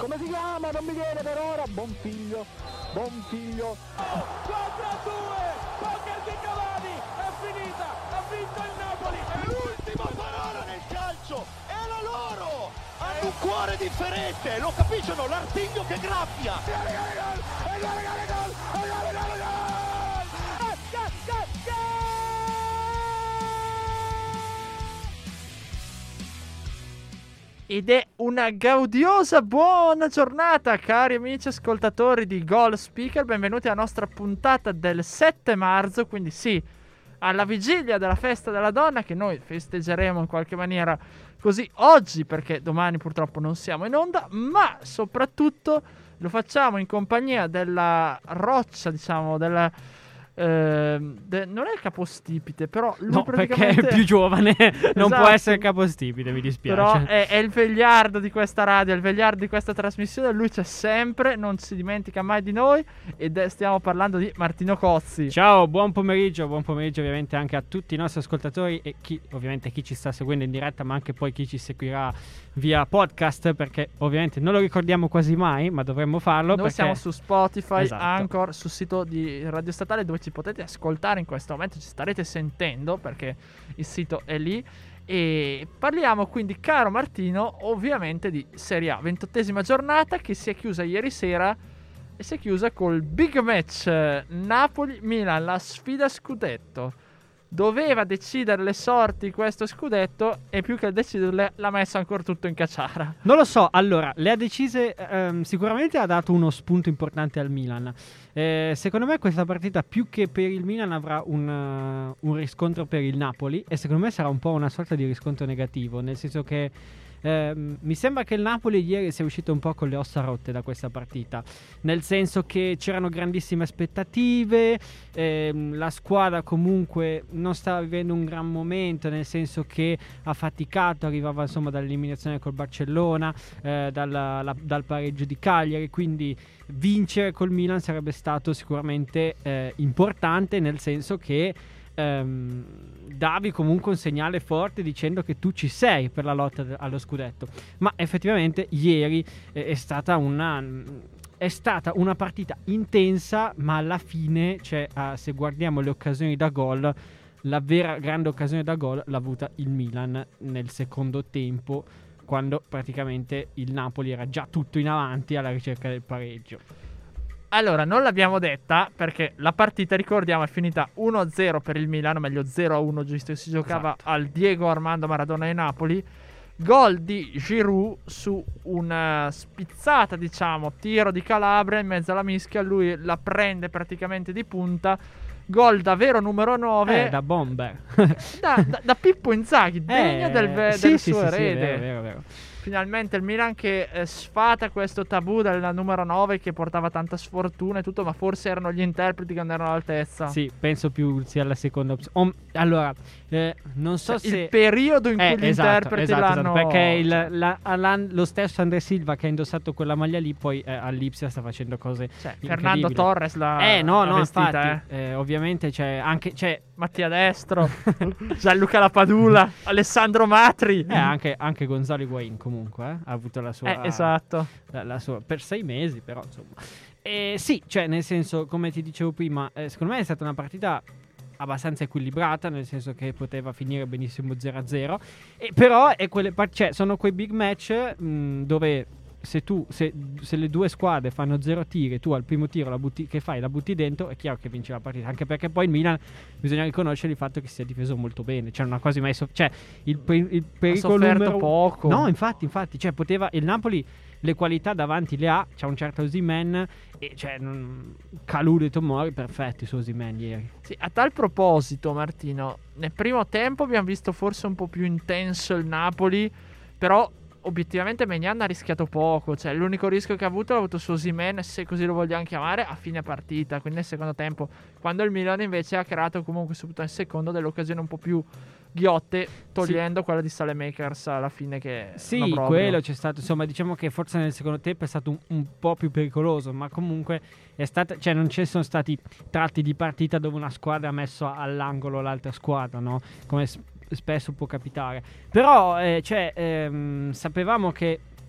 come si chiama? Non mi viene per ora. Bonfiglio. Oh, 4-2, poker di Cavani, è finita, ha vinto il Napoli. È l'ultima parola nel calcio, è la loro. Hanno un cuore differente, lo capiscono, l'artiglio che graffia. Ed è una gaudiosa buona giornata, cari amici ascoltatori di Goal Speaker. Benvenuti alla nostra puntata del 7 marzo, quindi sì, alla vigilia della festa della donna, che noi festeggeremo in qualche maniera così oggi, perché domani purtroppo non siamo in onda, ma soprattutto lo facciamo in compagnia della roccia, diciamo, della... non è il capostipite, però lui no, praticamente perché è più giovane, non Esatto. può essere capostipite, mi dispiace. Però è il vegliardo di questa radio, è il vegliardo di questa trasmissione. Lui c'è sempre, non si dimentica mai di noi. Ed stiamo parlando di Martino Cozzi. Ciao, buon pomeriggio ovviamente anche a tutti i nostri ascoltatori e ovviamente chi ci sta seguendo in diretta, ma anche poi chi ci seguirà via podcast, perché ovviamente non lo ricordiamo quasi mai, ma dovremmo farlo. Noi perché... siamo su Spotify, Esatto. Anchor, sul sito di Radio Statale, dove ci potete ascoltare in questo momento, ci starete sentendo perché il sito è lì. E parliamo quindi, caro Martino, ovviamente di Serie A, 28esima giornata che si è chiusa ieri sera e si è chiusa col big match Napoli-Milan, la sfida scudetto. Doveva decidere le sorti questo scudetto e più che deciderle l'ha messo ancora tutto in cacciara. Non lo so, allora, le ha decise, sicuramente ha dato uno spunto importante al Milan. Secondo me questa partita più che per il Milan avrà un riscontro per il Napoli e secondo me sarà un po' una sorta di riscontro negativo, nel senso che mi sembra che il Napoli ieri sia uscito un po' con le ossa rotte da questa partita, nel senso che c'erano grandissime aspettative, la squadra comunque non stava vivendo un gran momento, nel senso che ha faticato, arrivava insomma dall'eliminazione col Barcellona, dal pareggio di Cagliari, quindi vincere col Milan sarebbe stato sicuramente importante, nel senso che davi comunque un segnale forte dicendo che tu ci sei per la lotta allo scudetto. Ma effettivamente ieri è stata una partita intensa, ma alla fine, cioè, se guardiamo le occasioni da gol, la vera grande occasione da gol l'ha avuta il Milan nel secondo tempo, quando praticamente il Napoli era già tutto in avanti alla ricerca del pareggio. Allora, non l'abbiamo detta perché la partita, ricordiamo, è finita 1-0 per il Milan, meglio 0-1, giusto? Si giocava al Diego Armando Maradona di Napoli. Gol di Giroud su una spizzata, diciamo, tiro di Calabria in mezzo alla mischia. Lui la prende praticamente di punta. Gol davvero numero 9. Da bomber. da Pippo Inzaghi, degno del suo erede. Sì, vero. Finalmente il Milan che sfata questo tabù della numero 9 che portava tanta sfortuna e tutto, ma forse erano gli interpreti che non erano all'altezza. Sì, penso più sia la seconda opzione. Allora, non so se... Il periodo in cui gli interpreti l'hanno... Perché lo stesso André Silva che ha indossato quella maglia lì, poi all'Ipsia sta facendo cose Fernando Torres l'ha vestita, infatti, ovviamente c'è anche... Mattia Destro, Gianluca Lapadula, Alessandro Matri. Anche Gonzalo Higuain comunque ha avuto la sua... esatto. La sua, per 6 mesi però, insomma. Sì, cioè nel senso, come ti dicevo prima, secondo me è stata una partita abbastanza equilibrata, nel senso che poteva finire benissimo 0-0, però sono quei big match dove se le due squadre fanno 0 tiri, tu al primo tiro la butti dentro, è chiaro che vinci la partita, anche perché poi il Milan bisogna riconoscere il fatto che si è difeso molto bene, cioè non ha quasi mai il pericolo numero poco. No, infatti, cioè poteva, il Napoli le qualità davanti le ha, c'ha un certo Osimhen e cioè Kalou e Tomori perfetti su Osimhen ieri. Sì, a tal proposito, Martino, nel primo tempo abbiamo visto forse un po' più intenso il Napoli, però obiettivamente Maignan ha rischiato poco, cioè l'unico rischio che ha avuto su Osimhen, se così lo vogliamo chiamare, a fine partita, quindi nel secondo tempo, quando il Milan invece ha creato comunque subito nel secondo delle occasioni un po' più ghiotte, togliendo quella di Saelemaekers alla fine che quello c'è stato, insomma, diciamo che forse nel secondo tempo è stato un po' più pericoloso, ma comunque è stata, cioè non ci sono stati tratti di partita dove una squadra ha messo all'angolo l'altra squadra, no? Come spesso può capitare, però sapevamo che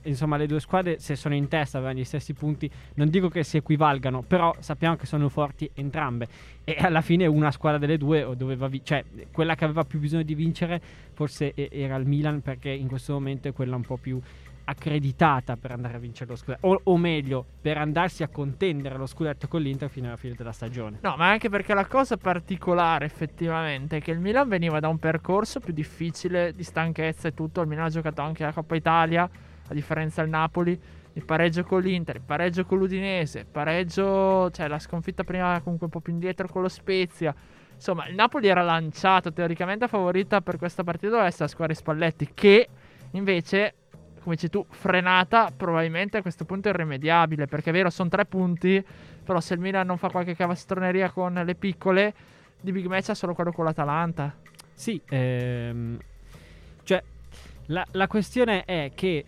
insomma le due squadre, se sono in testa, avevano gli stessi punti, non dico che si equivalgano, però sappiamo che sono forti entrambe, e alla fine una squadra delle due doveva cioè quella che aveva più bisogno di vincere forse era il Milan, perché in questo momento è quella un po' più accreditata per andare a vincere lo scudetto, o meglio per andarsi a contendere lo scudetto con l'Inter fino alla fine della stagione. No, ma anche perché la cosa particolare effettivamente è che il Milan veniva da un percorso più difficile di stanchezza e tutto. Il Milan ha giocato anche la Coppa Italia, a differenza del Napoli, il pareggio con l'Inter, il pareggio con l'Udinese, il pareggio, cioè la sconfitta prima comunque un po' più indietro con lo Spezia. Insomma, il Napoli era lanciato, teoricamente favorita per questa partita doveva essere la squadra di Spalletti, che invece, come dici tu, frenata, probabilmente a questo punto è irrimediabile, perché è vero, sono 3 punti, però se il Milan non fa qualche cavastroneria con le piccole, di big match ha solo quello con l'Atalanta. Sì, cioè la questione è che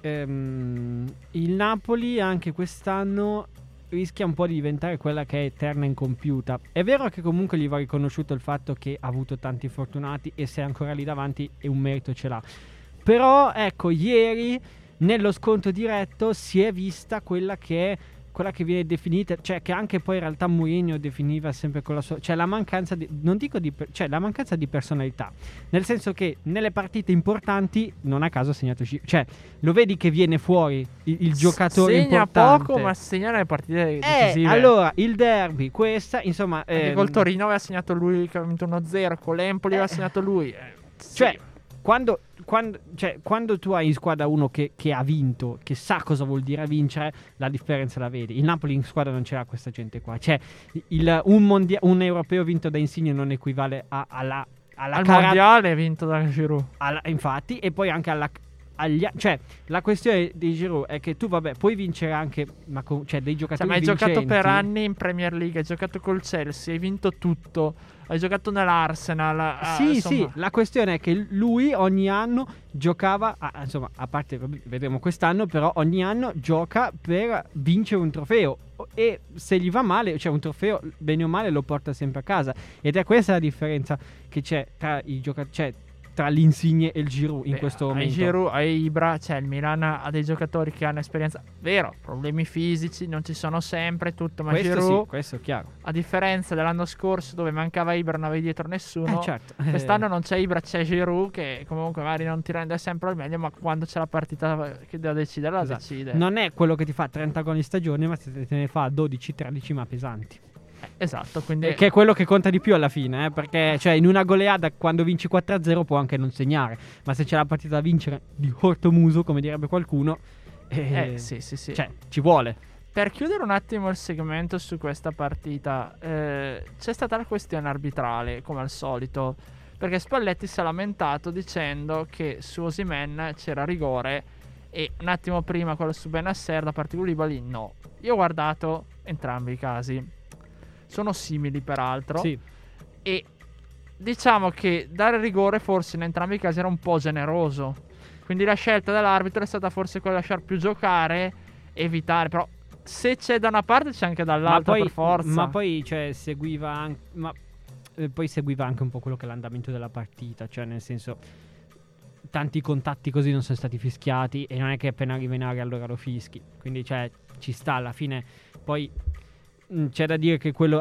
il Napoli anche quest'anno rischia un po' di diventare quella che è eterna incompiuta. È vero che comunque gli va riconosciuto il fatto che ha avuto tanti infortunati, e se è ancora lì davanti e un merito ce l'ha. Però ecco, ieri nello scontro diretto si è vista quella che viene definita, cioè che anche poi in realtà Mourinho definiva sempre con la sua, cioè la mancanza di, non dico di, cioè la mancanza di personalità, nel senso che nelle partite importanti non a caso ha segnato, cioè lo vedi che viene fuori il giocatore segna importante, poco ma segna nelle partite decisive. Allora il derby, questa insomma anche col Torino aveva segnato lui, che aveva vinto 1-0, con l'Empoli aveva segnato lui, cioè sì. Quando tu hai in squadra uno che ha vinto, che sa cosa vuol dire vincere, la differenza la vedi. Il Napoli in squadra non c'era questa gente qua. Cioè, un europeo vinto da Insigne non equivale al mondiale vinto da Giroud. Infatti, e poi anche cioè, la questione di Giroud è che tu, vabbè, puoi vincere anche, cioè, dei giocatori hai vincenti. giocato per anni in Premier League, hai giocato col Chelsea, hai vinto tutto, hai giocato nell'Arsenal. Sì, la questione è che lui ogni anno giocava, insomma, a parte, vedremo quest'anno, però ogni anno gioca per vincere un trofeo, e se gli va male, cioè un trofeo, bene o male, lo porta sempre a casa, ed è questa la differenza che c'è tra i giocatori, cioè tra l'Insigne e il Giroud in questo momento. Giroud, hai Ibra, cioè il Milan ha dei giocatori che hanno esperienza, vero, problemi fisici non ci sono sempre, tutto, ma questo Giroud, sì, questo è chiaro. A differenza dell'anno scorso dove mancava Ibra, non avevi dietro nessuno, certo. Quest'anno non c'è Ibra, c'è Giroud, che comunque magari non ti rende sempre al meglio, ma quando c'è la partita che deve decidere, la decide. Non è quello che ti fa 30 gol in stagione, ma se te ne fa 12-13 ma pesanti. Esatto, quindi che è quello che conta di più alla fine, perché cioè in una goleada quando vinci 4-0 può anche non segnare, ma se c'è la partita da vincere di ortomuso, come direbbe qualcuno, sì. Cioè ci vuole. Per chiudere un attimo il segmento su questa partita, c'è stata la questione arbitrale, come al solito, perché Spalletti si è lamentato dicendo che su Osimhen c'era rigore e un attimo prima quello su Benasser da parte di Koulibaly no. Io ho guardato entrambi i casi, sono simili peraltro, sì. E diciamo che dare rigore forse in entrambi i casi era un po' generoso, quindi la scelta dell'arbitro è stata forse quella di lasciar più giocare, evitare, però se c'è da una parte c'è anche dall'altra, per forza. Ma poi cioè seguiva anche, poi seguiva anche un po' quello che è l'andamento della partita, cioè nel senso tanti contatti così non sono stati fischiati, e non è che appena arriva in area allora lo fischi, quindi cioè ci sta alla fine. Poi c'è da dire che quello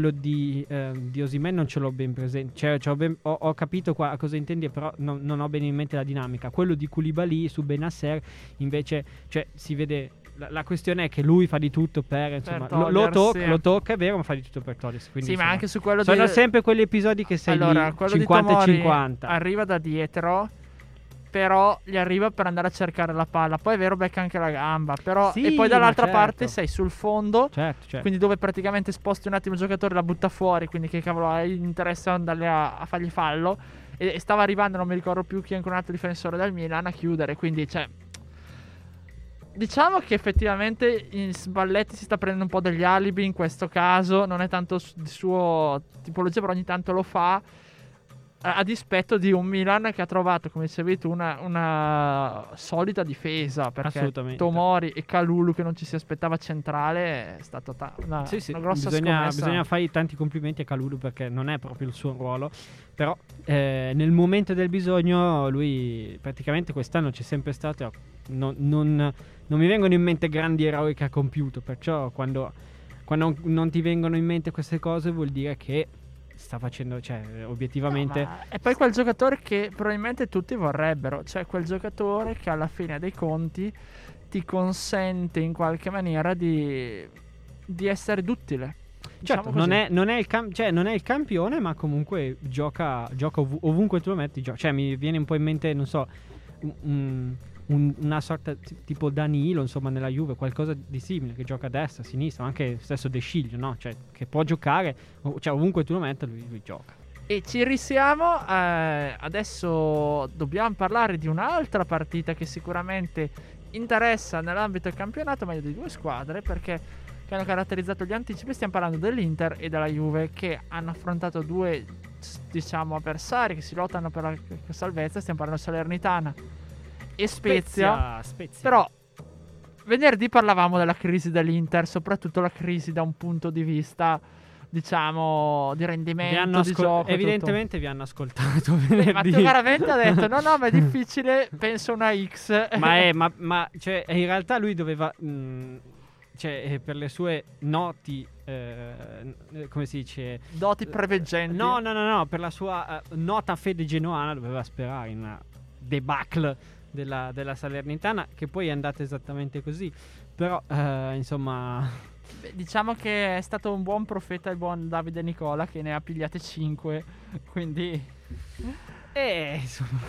di Osimhen non ce l'ho ben presente, cioè ho capito qua cosa intendi, però non ho bene in mente la dinamica. Quello di Koulibaly su Benasser invece, cioè si vede, la questione è che lui fa di tutto per insomma, lo tocca, è vero, ma fa di tutto per togliersi, quindi sì, insomma, ma anche su quello sono sempre quegli episodi che sei allora, lì 50 e 50, arriva da dietro, però gli arriva per andare a cercare la palla, poi è vero, becca anche la gamba, però sì, e poi dall'altra certo. parte sei sul fondo, certo. Quindi dove praticamente sposti un attimo il giocatore, la butta fuori, quindi che cavolo hai interesse ad andare a fargli fallo, e stava arrivando, non mi ricordo più chi, anche un altro difensore del Milan a chiudere, quindi cioè diciamo che effettivamente in Spalletti si sta prendendo un po' degli alibi in questo caso, non è tanto di suo tipologia, però ogni tanto lo fa. a dispetto di un Milan che ha trovato, come dicevi tu, una solida difesa, perché Assolutamente. Tomori e Kalulu, che non ci si aspettava centrale, è stata una grossa scommessa. Bisogna fare tanti complimenti a Kalulu, perché non è proprio il suo ruolo, però nel momento del bisogno lui praticamente quest'anno c'è sempre stato. Non mi vengono in mente grandi eroi che ha compiuto, perciò quando non ti vengono in mente queste cose vuol dire che sta facendo, cioè obiettivamente. No, è poi quel giocatore che probabilmente tutti vorrebbero, cioè quel giocatore che alla fine dei conti ti consente in qualche maniera di essere duttile. Certo, Diciamo non è il campione, ma comunque gioca ovunque tu lo metti. Cioè, mi viene un po' in mente, non so, una sorta tipo Danilo, insomma, nella Juve, qualcosa di simile, che gioca a destra, a sinistra, anche stesso De Sciglio, no? Cioè, che può giocare, cioè ovunque tu lo metta lui gioca. E ci risiamo. Adesso dobbiamo parlare di un'altra partita che sicuramente interessa nell'ambito del campionato, meglio di due squadre, perché che hanno caratterizzato gli anticipi. Stiamo parlando dell'Inter e della Juve, che hanno affrontato due, diciamo, avversari che si lottano per la salvezza. Stiamo parlando di Salernitana e Spezia. Però venerdì parlavamo della crisi dell'Inter, soprattutto la crisi da un punto di vista, diciamo, di rendimento, di gioco. Evidentemente tutto. Vi hanno ascoltato venerdì. Matteo Garaventa ha detto no, ma è difficile, penso una X. ma cioè, in realtà lui doveva cioè, per le sue noti come si dice, doti preveggenti. No, per la sua nota fede genoana doveva sperare in una debacle della Salernitana, che poi è andata esattamente così. Però insomma, diciamo che è stato un buon profeta il buon Davide Nicola, che ne ha pigliate 5. Quindi insomma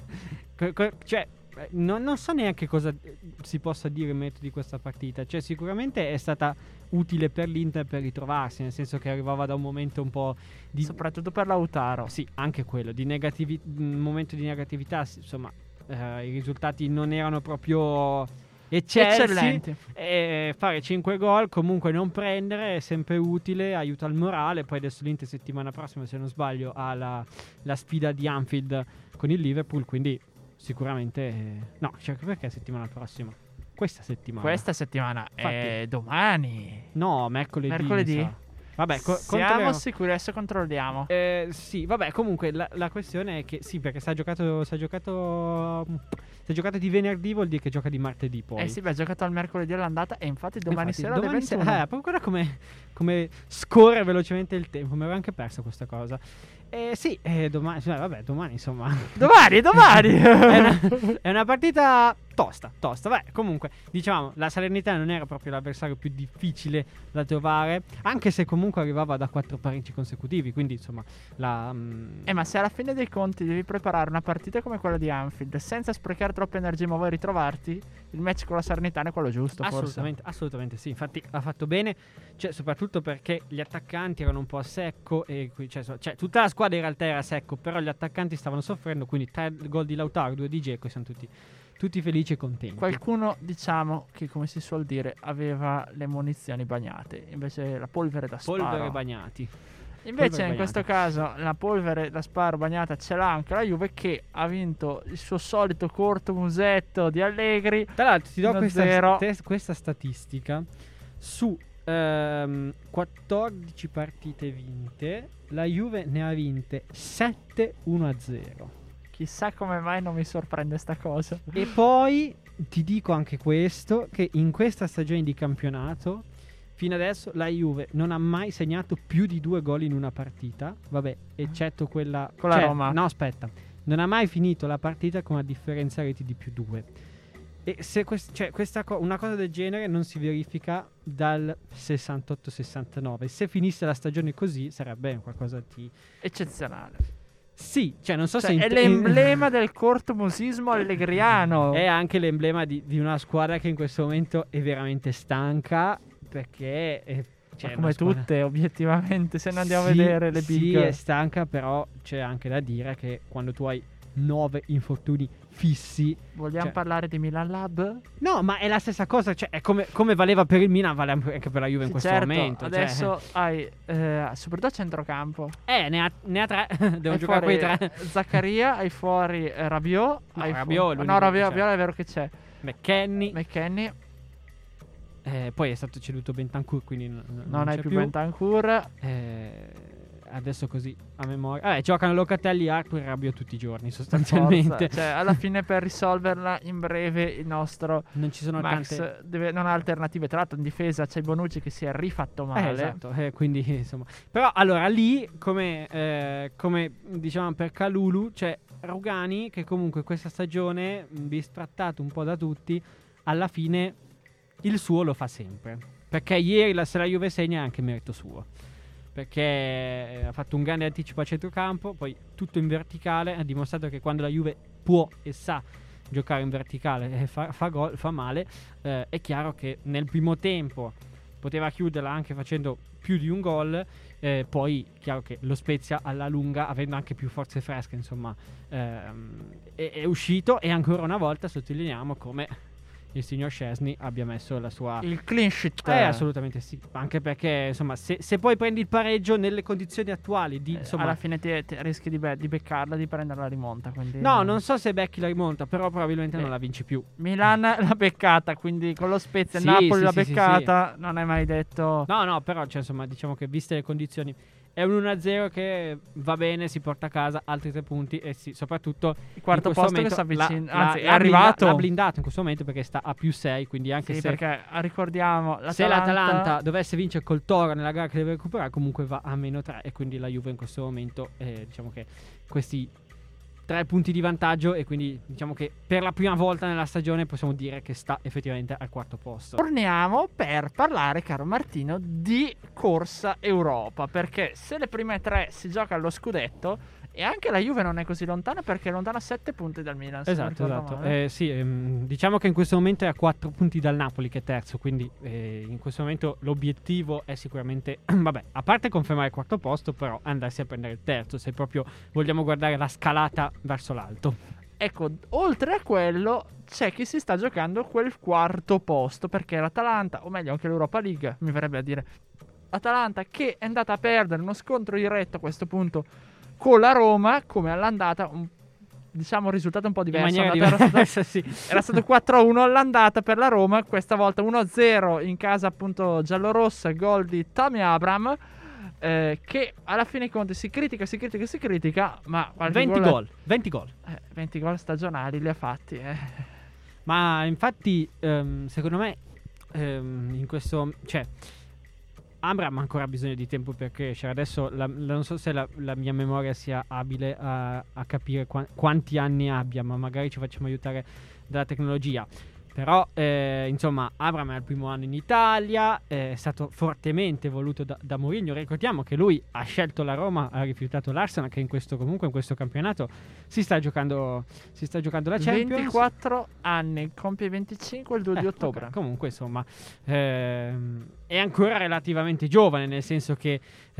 cioè non so neanche cosa si possa dire in merito di questa partita. Cioè, sicuramente è stata utile per l'Inter per ritrovarsi, nel senso che arrivava da un momento un po' di, soprattutto per Lautaro. Sì, anche quello di un momento di negatività, insomma. I risultati non erano proprio eccellenti. Fare 5 gol, comunque non prendere, è sempre utile, aiuta il morale. Poi adesso l'Inter settimana prossima, se non sbaglio, ha la sfida di Anfield con il Liverpool, quindi sicuramente no, cioè, perché settimana prossima? Questa settimana è domani. No, mercoledì. Sa. Vabbè, siamo sicuri, adesso controlliamo. Sì, vabbè, comunque la questione è che sì, perché se ha giocato di venerdì vuol dire che gioca di martedì poi. Sì, beh, ha giocato al mercoledì all'andata e infatti domani sera alle 21. Proprio guarda come scorre velocemente il tempo, mi avevo anche perso questa cosa. Sì, domani insomma. Domani! è una partita tosta. Vabbè, comunque, diciamo, la Salernitana non era proprio l'avversario più difficile da trovare, anche se comunque arrivava da 4 pareggi consecutivi, quindi insomma ma se alla fine dei conti devi preparare una partita come quella di Anfield senza sprecare troppe energie ma vuoi ritrovarti, il match con la Salernitana è quello giusto. Assolutamente sì, infatti ha fatto bene, cioè, soprattutto perché gli attaccanti erano un po' a secco e cioè tutta la squadra in realtà era a secco, però gli attaccanti stavano soffrendo, quindi 3 gol di Lautaro, 2 di Dzeko, siamo tutti felici e contenti. Qualcuno, diciamo, che come si suol dire, aveva le munizioni bagnate, invece la polvere da sparo. Polvere bagnati. Invece in questo caso la polvere da sparo bagnata ce l'ha anche la Juve, che ha vinto il suo solito corto musetto di Allegri. Tra l'altro ti do questa statistica: su 14 partite vinte, la Juve ne ha vinte 7 1-0. Chissà come mai non mi sorprende sta cosa. E poi ti dico anche questo, che in questa stagione di campionato fino adesso la Juve non ha mai segnato più di 2 gol in una partita, vabbè, eccetto quella con la Roma. No, aspetta, non ha mai finito la partita con una differenza reti di più 2. E se una cosa del genere non si verifica dal 68-69. Se finisse la stagione così sarebbe qualcosa di eccezionale. Sì, cioè non so se è l'emblema del cortomusismo allegriano. È anche l'emblema di una squadra che in questo momento è veramente stanca, perché come tutte, obiettivamente, se ne andiamo a vedere le big. Sì, è stanca, però c'è anche da dire che quando tu hai 9 infortuni fissi. Vogliamo Cioè- parlare di Milan Lab? No, ma è la stessa cosa, cioè è come valeva per il Milan, vale anche per la Juve in Sì, questo certo, momento. adesso hai soprattutto a centrocampo. Ne ha 3, devo Hai giocare quei fuori 3. Zaccaria, hai fuori Rabiot. No, hai Rabiot è no, l'unico che Rabiot c'è. è vero che c'è. McKennie, McKennie, poi è stato ceduto Bentancur, quindi non hai c'è più Bentancur. Adesso così a memoria. Giocano Locatelli, Arthur e Rabiot tutti i giorni Forza. sostanzialmente. Cioè, alla fine per risolverla in breve il nostro Non ci sono Max tante. non ha alternative. Tra l'altro in difesa c'è Bonucci che si è rifatto male. Esatto, quindi insomma. Però allora lì, come diciamo per Kalulu, c'è Rugani che comunque questa stagione, bistrattato un po' da tutti, alla fine il suo lo fa sempre. Perché ieri se la Juve segna è anche merito suo. Perché ha fatto un grande anticipo a centrocampo, poi tutto in verticale, ha dimostrato che quando la Juve può e sa giocare in verticale e fa gol, fa male. È chiaro che nel primo tempo poteva chiuderla anche facendo più di un gol, poi chiaro che lo Spezia alla lunga, avendo anche più forze fresche, insomma, è uscito, e ancora una volta sottolineiamo come il signor Szczesny abbia messo la sua... Il clean sheet. assolutamente sì, anche perché insomma se poi prendi il pareggio nelle condizioni attuali di, insomma, alla fine ti rischi di beccarla, di prendere la rimonta. Quindi no, non so se becchi la rimonta, però probabilmente non la vinci più. Milan l'ha beccata, quindi con lo Spezia Sì, Napoli sì, l'ha sì, beccata. Non è mai detto. No, però cioè, insomma, diciamo che viste le condizioni è un 1-0 che va bene, si porta a casa altri 3 punti, e sì, soprattutto Il quarto in questo posto che si momento avvicina. Anzi, è l'ha arrivato. l'ha blindato in questo momento perché sta a più 6, quindi anche Sì, se perché ricordiamo se l'Atalanta dovesse vincere col Toro nella gara che deve recuperare, comunque va a meno 3, e quindi la Juve in questo momento diciamo che questi 3 punti di vantaggio, e quindi diciamo che per la prima volta nella stagione possiamo dire che sta effettivamente al quarto posto. Torniamo per parlare, caro Martino, di corsa Europa, perché se le prime 3 si gioca allo scudetto, e anche la Juve non è così lontana, perché è lontana 7 punti dal Milan. Se non ricordo Esatto. male. Diciamo che in questo momento è a 4 punti dal Napoli, che è terzo, quindi in questo momento l'obiettivo è sicuramente, vabbè, a parte confermare il quarto posto, però andarsi a prendere il terzo, se proprio vogliamo guardare la scalata verso l'alto. Ecco, oltre a quello c'è chi si sta giocando quel quarto posto, perché l'Atalanta, o meglio anche l'Europa League, mi verrebbe a dire, Atalanta che è andata a perdere uno scontro diretto a questo punto con la Roma, come all'andata, diciamo un risultato un po' diverso. In maniera Era stato, diversa, sì. era stato 4-1 all'andata per la Roma, questa volta 1-0 in casa appunto giallorossa, gol di Tammy Abraham, che alla fine conti si critica, ma 20 gol. 20 gol stagionali li ha fatti. Ma infatti, secondo me, in questo, cioè, Abraham ha ancora bisogno di tempo per crescere. Adesso non so se la mia memoria sia abile a capire quanti anni abbia, ma magari ci facciamo aiutare dalla tecnologia. Però, insomma, Abraham è al primo anno in Italia, è stato fortemente voluto da Mourinho. Ricordiamo che lui ha scelto la Roma, ha rifiutato l'Arsenal, che in questo campionato si sta giocando la Champions. 24 anni, compie 25 il 2 di ottobre. Okay. Comunque, insomma, è ancora relativamente giovane, nel senso che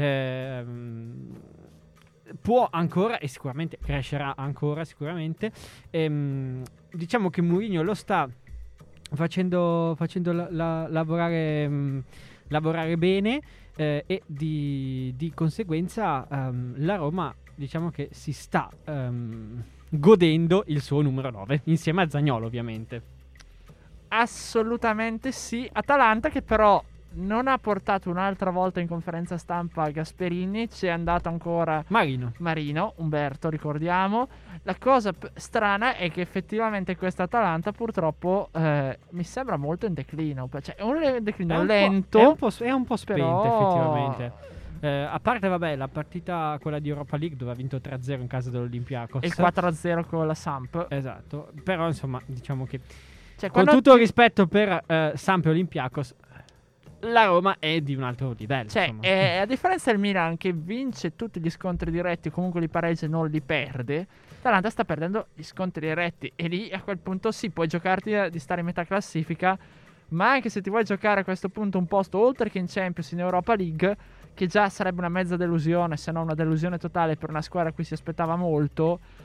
può ancora, e sicuramente crescerà ancora, sicuramente. Diciamo che Mourinho lo sta facendo lavorare bene, e di conseguenza la Roma, diciamo che si sta godendo il suo numero 9 insieme a Zaniolo, ovviamente. Assolutamente sì. Atalanta che però non ha portato un'altra volta in conferenza stampa Gasperini, c'è andato ancora Marino, Umberto, ricordiamo. La cosa strana è che effettivamente questa Atalanta purtroppo mi sembra molto in declino, cioè è un declino lento, è un po' spenta, però effettivamente. A parte, vabbè, la partita quella di Europa League dove ha vinto 3-0 in casa dell'Olympiacos e il 4-0 con la Samp. Esatto, però insomma diciamo che, cioè, con tutto il rispetto per Samp e Olympiacos, la Roma è di un altro livello. Cioè, a differenza del Milan che vince tutti gli scontri diretti, comunque li pareggia e non li perde, l'Atalanta sta perdendo gli scontri diretti, e lì a quel punto sì, puoi giocarti di stare in metà classifica, ma anche se ti vuoi giocare a questo punto un posto oltre che in Champions, in Europa League, che già sarebbe una mezza delusione, se non una delusione totale per una squadra a cui si aspettava molto,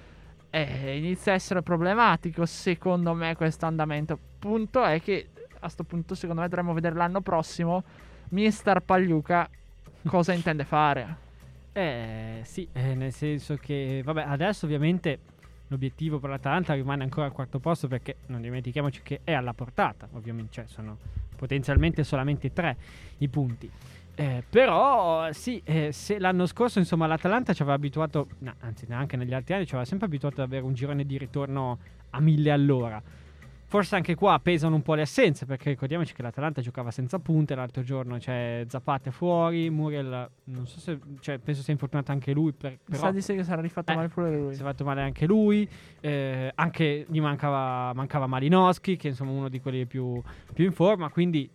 inizia a essere problematico secondo me questo andamento. Punto è che a sto punto secondo me dovremmo vedere l'anno prossimo Mister Pagliuca cosa intende fare. Sì, nel senso che, vabbè, adesso ovviamente l'obiettivo per l'Atalanta rimane ancora al quarto posto, perché non dimentichiamoci che è alla portata, ovviamente, cioè sono potenzialmente solamente 3 i punti. Però sì, se l'anno scorso insomma l'Atalanta ci aveva abituato, anzi neanche negli altri anni, ci aveva sempre abituato ad avere un girone di ritorno a 1000 all'ora. Forse anche qua pesano un po' le assenze, perché ricordiamoci che l'Atalanta giocava senza punte l'altro giorno, c'è Zapata fuori, Muriel non so se, cioè penso sia infortunato anche lui, però Sa di sé che sarà rifatto male pure lui. si è fatto male anche lui, anche gli mancava Malinowski, che è insomma uno di quelli più in forma, quindi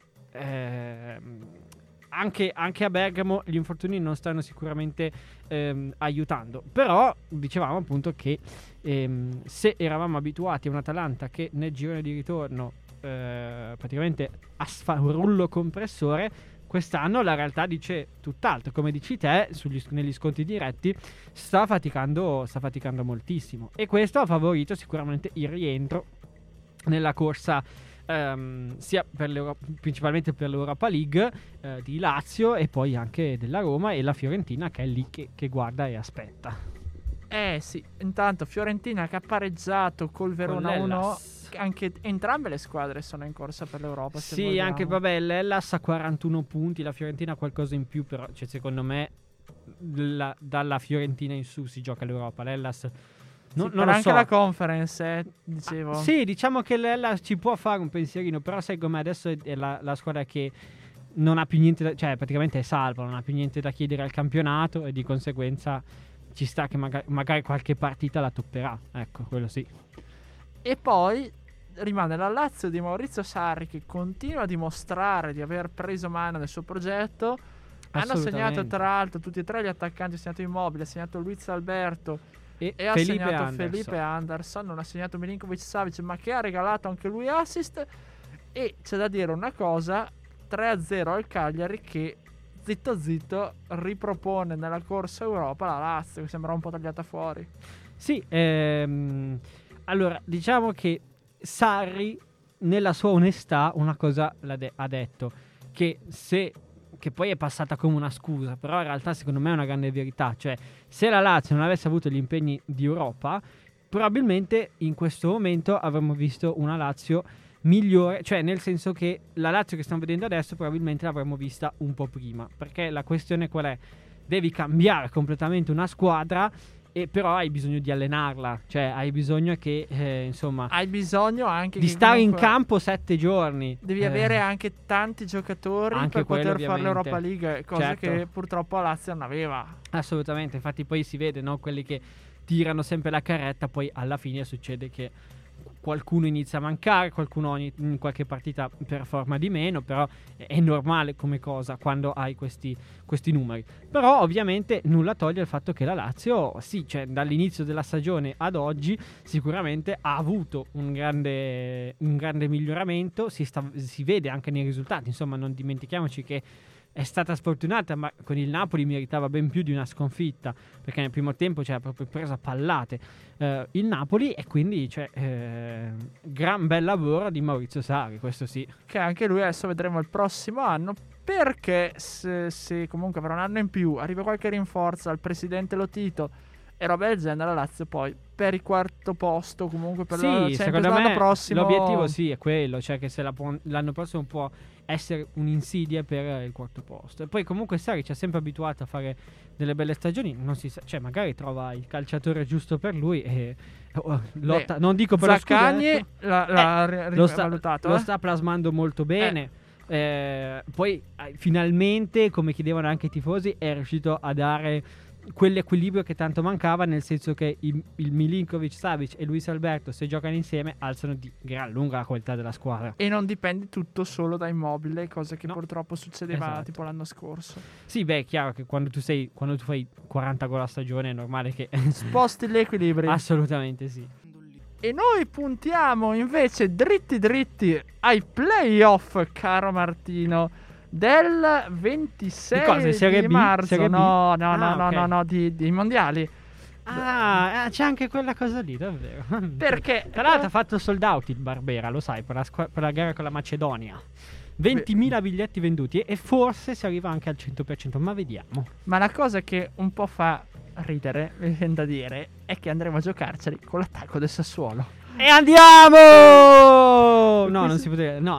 anche a Bergamo gli infortuni non stanno sicuramente aiutando. Però dicevamo appunto che se eravamo abituati a un Atalanta che nel girone di ritorno praticamente fa un rullo compressore, quest'anno la realtà dice tutt'altro. Come dici te, negli scontri diretti sta faticando moltissimo, e questo ha favorito sicuramente il rientro nella corsa sia principalmente per l'Europa League di Lazio, e poi anche della Roma e la Fiorentina, che è lì che guarda e aspetta. Sì, intanto Fiorentina che ha pareggiato col Verona 1. Anche entrambe le squadre sono in corsa per l'Europa. Se sì, vogliamo. Anche vabbè, l'Hellas ha 41 punti, la Fiorentina qualcosa in più, però cioè, secondo me dalla Fiorentina in su si gioca l'Europa. L'Hellas non lo anche so. la Conference, dicevo. Sì, diciamo che l'Hellas ci può fare un pensierino, però secondo me adesso è la squadra che non ha più niente cioè praticamente è salva, non ha più niente da chiedere al campionato, e di conseguenza ci sta che magari qualche partita la topperà, ecco, quello sì. E poi rimane la Lazio di Maurizio Sarri, che continua a dimostrare di aver preso mano nel suo progetto. Hanno segnato tra l'altro tutti e tre gli attaccanti, ha segnato Immobile, ha segnato Luiz Alberto e ha segnato Felipe Anderson, non ha segnato Milinkovic Savic, ma che ha regalato anche lui assist. E c'è da dire una cosa: 3-0 al Cagliari, che zitto zitto ripropone nella corsa Europa la Lazio, che sembra un po' tagliata fuori. Sì, allora diciamo che Sarri nella sua onestà una cosa ha detto, che poi è passata come una scusa, però in realtà secondo me è una grande verità. Cioè, se la Lazio non avesse avuto gli impegni di Europa, probabilmente in questo momento avremmo visto una Lazio migliore, cioè nel senso che la Lazio che stiamo vedendo adesso probabilmente l'avremmo vista un po' prima, perché la questione qual è? Devi cambiare completamente una squadra, e però hai bisogno di allenarla, cioè hai bisogno che insomma hai bisogno anche di stare in campo 7 giorni, devi avere anche tanti giocatori anche per poter fare l'Europa League, cosa che purtroppo la Lazio non aveva. Assolutamente, infatti poi si vede, no? Quelli che tirano sempre la carretta, poi alla fine succede che qualcuno inizia a mancare, qualcuno in qualche partita performa di meno, però è normale come cosa quando hai questi numeri. Però ovviamente nulla toglie il fatto che la Lazio, sì, cioè dall'inizio della stagione ad oggi sicuramente ha avuto un grande miglioramento, si vede anche nei risultati, insomma non dimentichiamoci che è stata sfortunata, ma con il Napoli meritava ben più di una sconfitta, perché nel primo tempo c'era proprio preso a pallate il Napoli, e quindi gran bel lavoro di Maurizio Sarri, questo sì. Che anche lui adesso vedremo il prossimo anno, perché se comunque avrà un anno in più, arriva qualche rinforzo al presidente Lotito e roba del genere, la Lazio poi per il quarto posto, comunque per secondo me l'anno prossimo l'obiettivo sì è quello, cioè che se l'anno prossimo può essere un'insidia per il quarto posto. E poi comunque Sarri ci ha sempre abituato a fare delle belle stagioni, non si sa, cioè magari trova il calciatore giusto per lui e lotta, non dico per Zaccagni lo sta plasmando molto bene. Poi finalmente, come chiedevano anche i tifosi, è riuscito a dare quell'equilibrio che tanto mancava, nel senso che il Milinkovic Savic e Luis Alberto, se giocano insieme, alzano di gran lunga la qualità della squadra, e non dipende tutto solo da Immobile, cosa che purtroppo succedeva tipo l'anno scorso. Sì, beh, è chiaro che quando tu fai 40 gol a stagione è normale che sposti l'equilibrio. Assolutamente sì. E noi puntiamo invece dritti ai playoff, caro Martino, del 26 di marzo. Okay. No, dei mondiali. C'è anche quella cosa lì, davvero. Perché Tra l'altro ha fatto sold out il Barbera, lo sai, per la gara con la Macedonia. 20.000 biglietti venduti e forse si arriva anche al 100%, ma vediamo. Ma la cosa che un po' fa ridere, mi viene da dire, è che andremo a giocarceli con l'attacco del Sassuolo. E andiamo! No, non si poteva. No,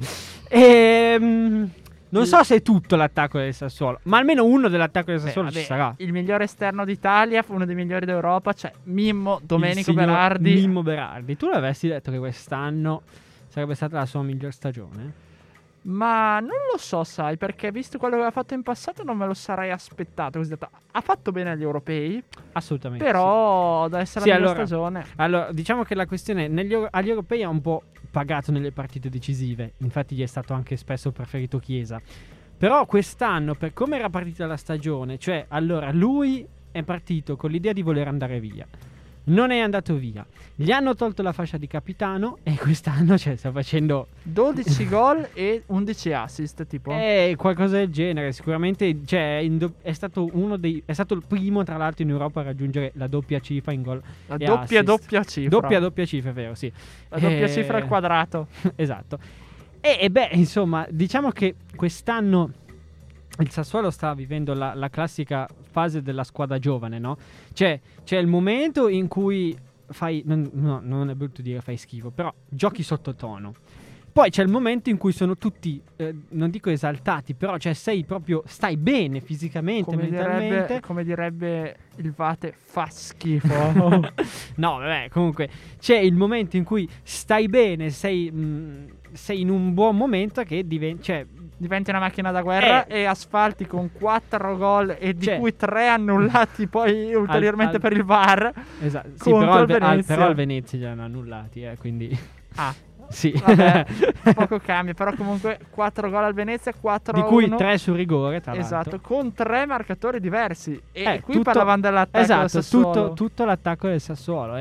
non so se è tutto l'attacco del Sassuolo, ma almeno uno dell'attacco del Sassuolo ci sarà. Il migliore esterno d'Italia, uno dei migliori d'Europa, cioè Mimmo Domenico Il signor Berardi. Mimmo Berardi. Tu l'avessi detto che quest'anno sarebbe stata la sua miglior stagione? Ma non lo so, sai, perché visto quello che aveva fatto in passato non me lo sarei aspettato. Così detto, ha fatto bene agli europei, Assolutamente. però da essere Sì, la miglior allora, stagione. Allora, diciamo che la questione agli europei ha un po' pagato nelle partite decisive. Infatti gli è stato anche spesso preferito Chiesa. Però quest'anno, per come era partita la stagione, cioè, allora, lui è partito con l'idea di voler andare via. Non è andato via. Gli hanno tolto la fascia di capitano e quest'anno sta facendo 12 gol e 11 assist, tipo. qualcosa del genere. Sicuramente è stato è stato il primo, tra l'altro, in Europa a raggiungere la doppia cifra in gol. La e doppia assist. cifra. Doppia cifra, è vero, sì. La doppia cifra al quadrato. Esatto. E beh, insomma, diciamo che quest'anno il Sassuolo sta vivendo la classica fase della squadra giovane, no? C'è il momento in cui non è brutto dire fai schifo, però giochi sottotono. Poi c'è il momento in cui sono tutti, non dico esaltati, però stai bene fisicamente, mentalmente. Come direbbe il Vate, fa schifo. No, vabbè, comunque c'è il momento in cui stai bene, sei in un buon momento che diventi una macchina da guerra e asfalti con 4 gol e di cui 3 annullati poi ulteriormente per il VAR. Esatto, sì, però al Venezia li hanno annullati, quindi... Sì. Vabbè, poco cambia, però comunque 4 gol al Venezia, 4 di cui 3 su rigore, tra l'altro. Esatto, con 3 marcatori diversi. E qui parlavamo dell'attacco del Sassuolo. Tutto l'attacco del Sassuolo.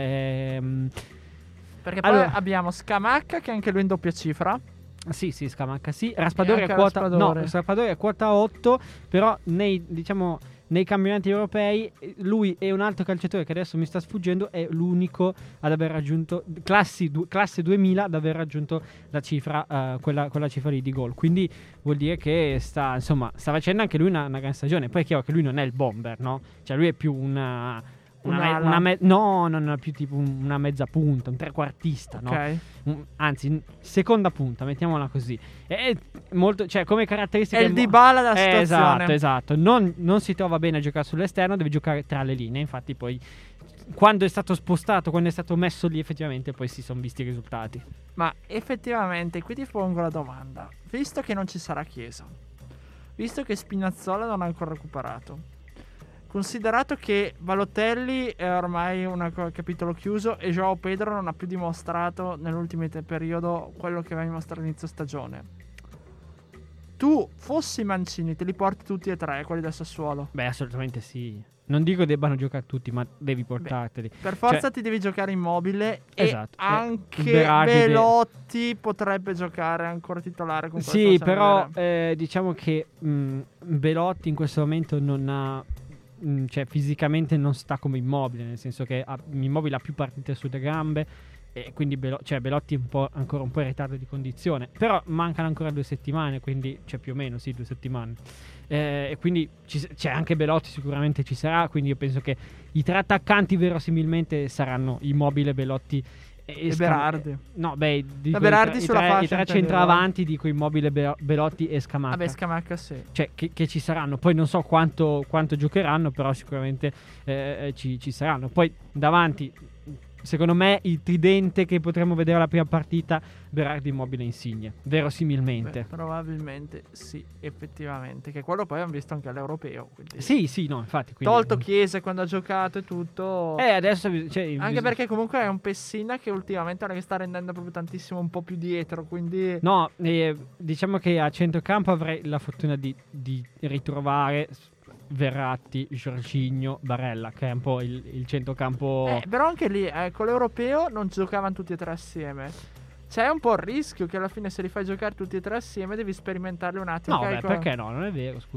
Perché poi abbiamo Scamacca, che anche lui in doppia cifra. Sì, Scamacca sì. Raspadori a quota Raspadori a quota 8, però nei campionati europei lui e un altro calciatore che adesso mi sta sfuggendo è l'unico ad aver raggiunto classe 2000 ad aver raggiunto la cifra quella cifra lì di gol. Quindi vuol dire che sta facendo anche lui una gran stagione. Poi è chiaro che lui non è il bomber, no? Cioè lui è più non più tipo una mezza punta, un trequartista, no? Ok. Anzi, seconda punta, mettiamola così. È molto, come caratteristica è il Dybala della situazione. Esatto. Non si trova bene a giocare sull'esterno, deve giocare tra le linee. Infatti poi quando è stato spostato, quando è stato messo lì, effettivamente poi si sono visti i risultati. Ma effettivamente qui ti pongo la domanda. Visto che non ci sarà Chiesa, visto che Spinazzola non ha ancora recuperato, considerato che Balotelli è ormai un capitolo chiuso e João Pedro non ha più dimostrato nell'ultimo periodo quello che aveva dimostrato all'inizio stagione, tu fossi Mancini te li porti tutti e 3 quelli del Sassuolo? Beh, assolutamente sì. Non dico debbano giocare tutti, ma devi portarteli. Per forza ti devi giocare Immobile. Esatto. E anche Belotti potrebbe giocare ancora titolare con sì, però diciamo che Belotti in questo momento non ha, fisicamente non sta come Immobile, nel senso che Immobile ha più partite sulle gambe e quindi Belotti è ancora un po' in ritardo di condizione, però mancano ancora 2 settimane, quindi più o meno 2 settimane, e quindi c'è anche Belotti, sicuramente ci sarà, quindi io penso che i 3 attaccanti verosimilmente saranno Immobile, Belotti e Berardi. No, beh, Berardi sulla fascia, i 3 centravanti, dico Immobile, Belotti e Scamacca. Vabbè, Scamacca sì. Che ci saranno. Poi non so quanto giocheranno, però sicuramente ci saranno. Poi davanti, secondo me, il tridente che potremmo vedere alla prima partita, Berardi, Immobile, Insigne, verosimilmente. Probabilmente sì, effettivamente. Che quello poi abbiamo visto anche all'europeo. Quindi... Sì, no, infatti. Quindi... Tolto Chiesa quando ha giocato e tutto. Adesso anche perché comunque è un Pessina che ultimamente non è che sta rendendo proprio tantissimo un po' più dietro, quindi... No, diciamo che a centrocampo avrei la fortuna di ritrovare Verratti, Jorginho, Barella, che è un po' il centrocampo. Però anche lì con l'europeo non giocavano tutti e 3 assieme. C'è un po' il rischio che alla fine, se li fai giocare tutti e 3 assieme, devi sperimentarli un attimo. No, perché no? Non è vero, scusa.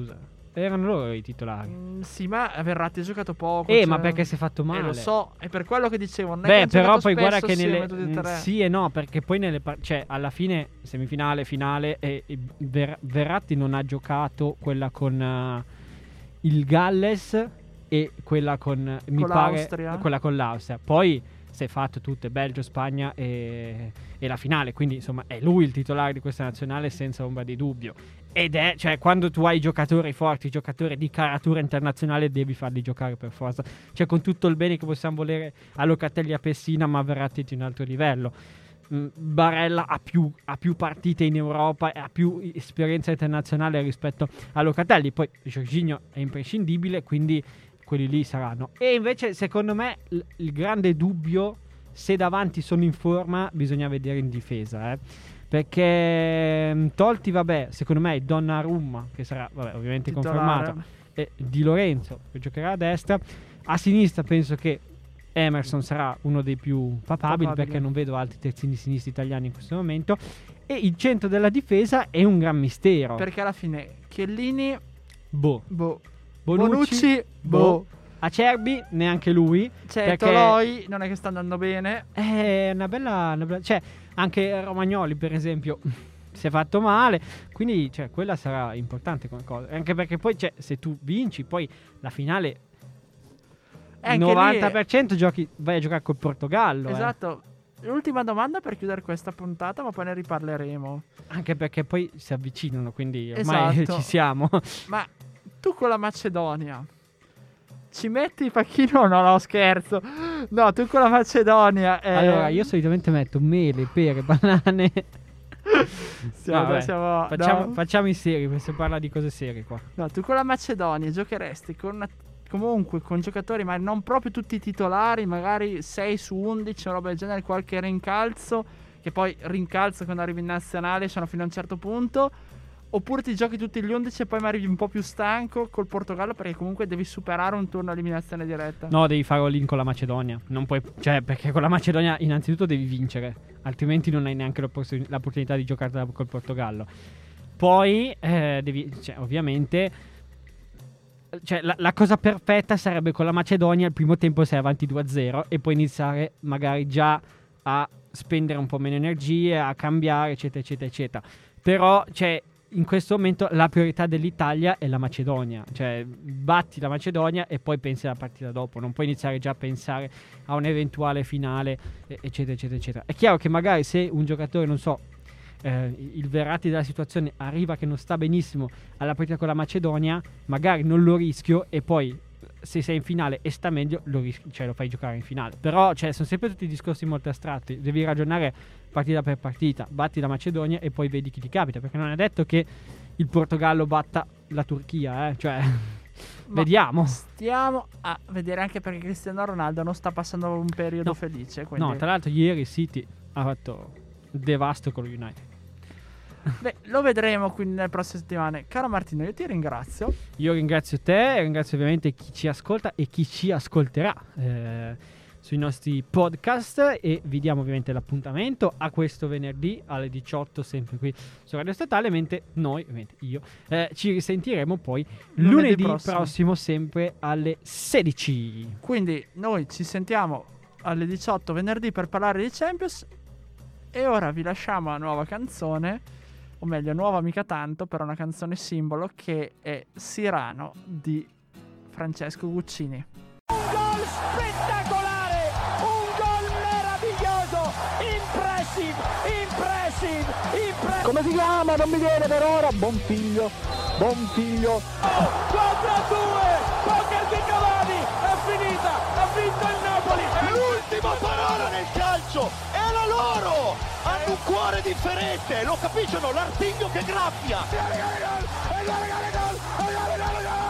Erano loro i titolari. Sì, ma Verratti ha giocato poco. Ma perché si è fatto male? Lo so, è per quello che dicevo. Non è Beh, che però poi spesso guarda che assieme tutti e tre. sì e no, perché poi cioè alla fine semifinale, finale Verratti non ha giocato quella con il Galles e quella con mi pare l'Austria. quella con l'Austria. Poi si è fatto tutte Belgio, Spagna e la finale, quindi insomma è lui il titolare di questa nazionale senza ombra di dubbio. Ed è, cioè, quando tu hai giocatori forti, giocatori di caratura internazionale, devi farli giocare per forza. Cioè, con tutto il bene che possiamo volere a Locatelli e a Pessina, ma Verratti di un altro livello. Barella ha più partite in Europa e ha più esperienza internazionale rispetto a Locatelli. Poi Jorginho è imprescindibile, quindi quelli lì saranno. E invece, secondo me, il grande dubbio, se davanti sono in forma, bisogna vedere in difesa, perché tolti, vabbè, secondo me Donnarumma, che sarà ovviamente titolare, confermato, e Di Lorenzo, che giocherà a destra. A sinistra penso che Emerson sarà uno dei più papabili, perché non vedo altri terzini sinistri italiani in questo momento. E il centro della difesa è un gran mistero, perché alla fine Chiellini, Bonucci, Acerbi, neanche lui. Cioè, Toloi non è che sta andando bene. È una bella cioè, anche Romagnoli, per esempio, si è fatto male. Quindi, cioè, quella sarà importante come cosa. Anche perché poi, cioè, se tu vinci, poi la finale 90% vai a giocare col Portogallo. Esatto. L'ultima domanda per chiudere questa puntata, ma poi ne riparleremo. Anche perché poi si avvicinano, quindi ormai ci siamo. Ma tu con la Macedonia ci metti il pacchino? No, scherzo. No, tu con la Macedonia allora, io solitamente metto mele, pere, banane. Facciamo i seri, perché si parla di cose serie qua. No, tu con la Macedonia giocheresti comunque con giocatori, ma non proprio tutti i titolari, magari 6 su 11 o roba del genere, qualche rincalzo, che poi rincalzo quando arrivi in nazionale sono fino a un certo punto. Oppure ti giochi tutti gli 11 e poi mi arrivi un po' più stanco col Portogallo, perché comunque devi superare un turno eliminazione diretta. No, devi fare all-in con la Macedonia. Non puoi, cioè, perché con la Macedonia innanzitutto devi vincere, altrimenti non hai neanche l'opportunità di giocare col Portogallo. Poi devi, cioè, ovviamente, cioè, la cosa perfetta sarebbe con la Macedonia al primo tempo sei avanti 2-0 e puoi iniziare magari già a spendere un po' meno energie, a cambiare, eccetera, eccetera, eccetera. Però, cioè, in questo momento la priorità dell'Italia è la Macedonia. Cioè, batti la Macedonia e poi pensi alla partita dopo. Non puoi iniziare già a pensare a un'eventuale finale, eccetera, eccetera, eccetera. È chiaro che magari se un giocatore, non so, il Verratti della situazione arriva che non sta benissimo alla partita con la Macedonia, magari non lo rischio, e poi se sei in finale e sta meglio lo fai giocare in finale. Però, cioè, sono sempre tutti discorsi molto astratti. Devi ragionare partita per partita. Batti la Macedonia e poi vedi chi ti capita, perché non è detto che il Portogallo batta la Turchia, cioè vediamo. Stiamo a vedere, anche perché Cristiano Ronaldo non sta passando un periodo felice, quindi... No, tra l'altro ieri City ha fatto devasto con lo United. Beh, lo vedremo quindi nelle prossime settimane. Caro Martino, io ti ringrazio. Io ringrazio te e ringrazio ovviamente chi ci ascolta e chi ci ascolterà sui nostri podcast, e vi diamo ovviamente l'appuntamento a questo venerdì alle 18 sempre qui su Radio Statale, mentre noi, ovviamente io, ci risentiremo poi lunedì prossimo sempre alle 16. Quindi noi ci sentiamo alle 18 venerdì per parlare di Champions, e ora vi lasciamo la nuova canzone, o meglio nuova mica tanto, però una canzone simbolo, che è Cyrano di Francesco Guccini. Un gol spettacolare, un gol meraviglioso, impressive. Come si chiama? Non mi viene per ora. Buon figlio. 4-2, poker di Cavani, è finita, ha vinto il Napoli. L'ultima parola nel calcio è la loro. Hanno un cuore differente, lo capiscono, l'artiglio che graffia. Gol!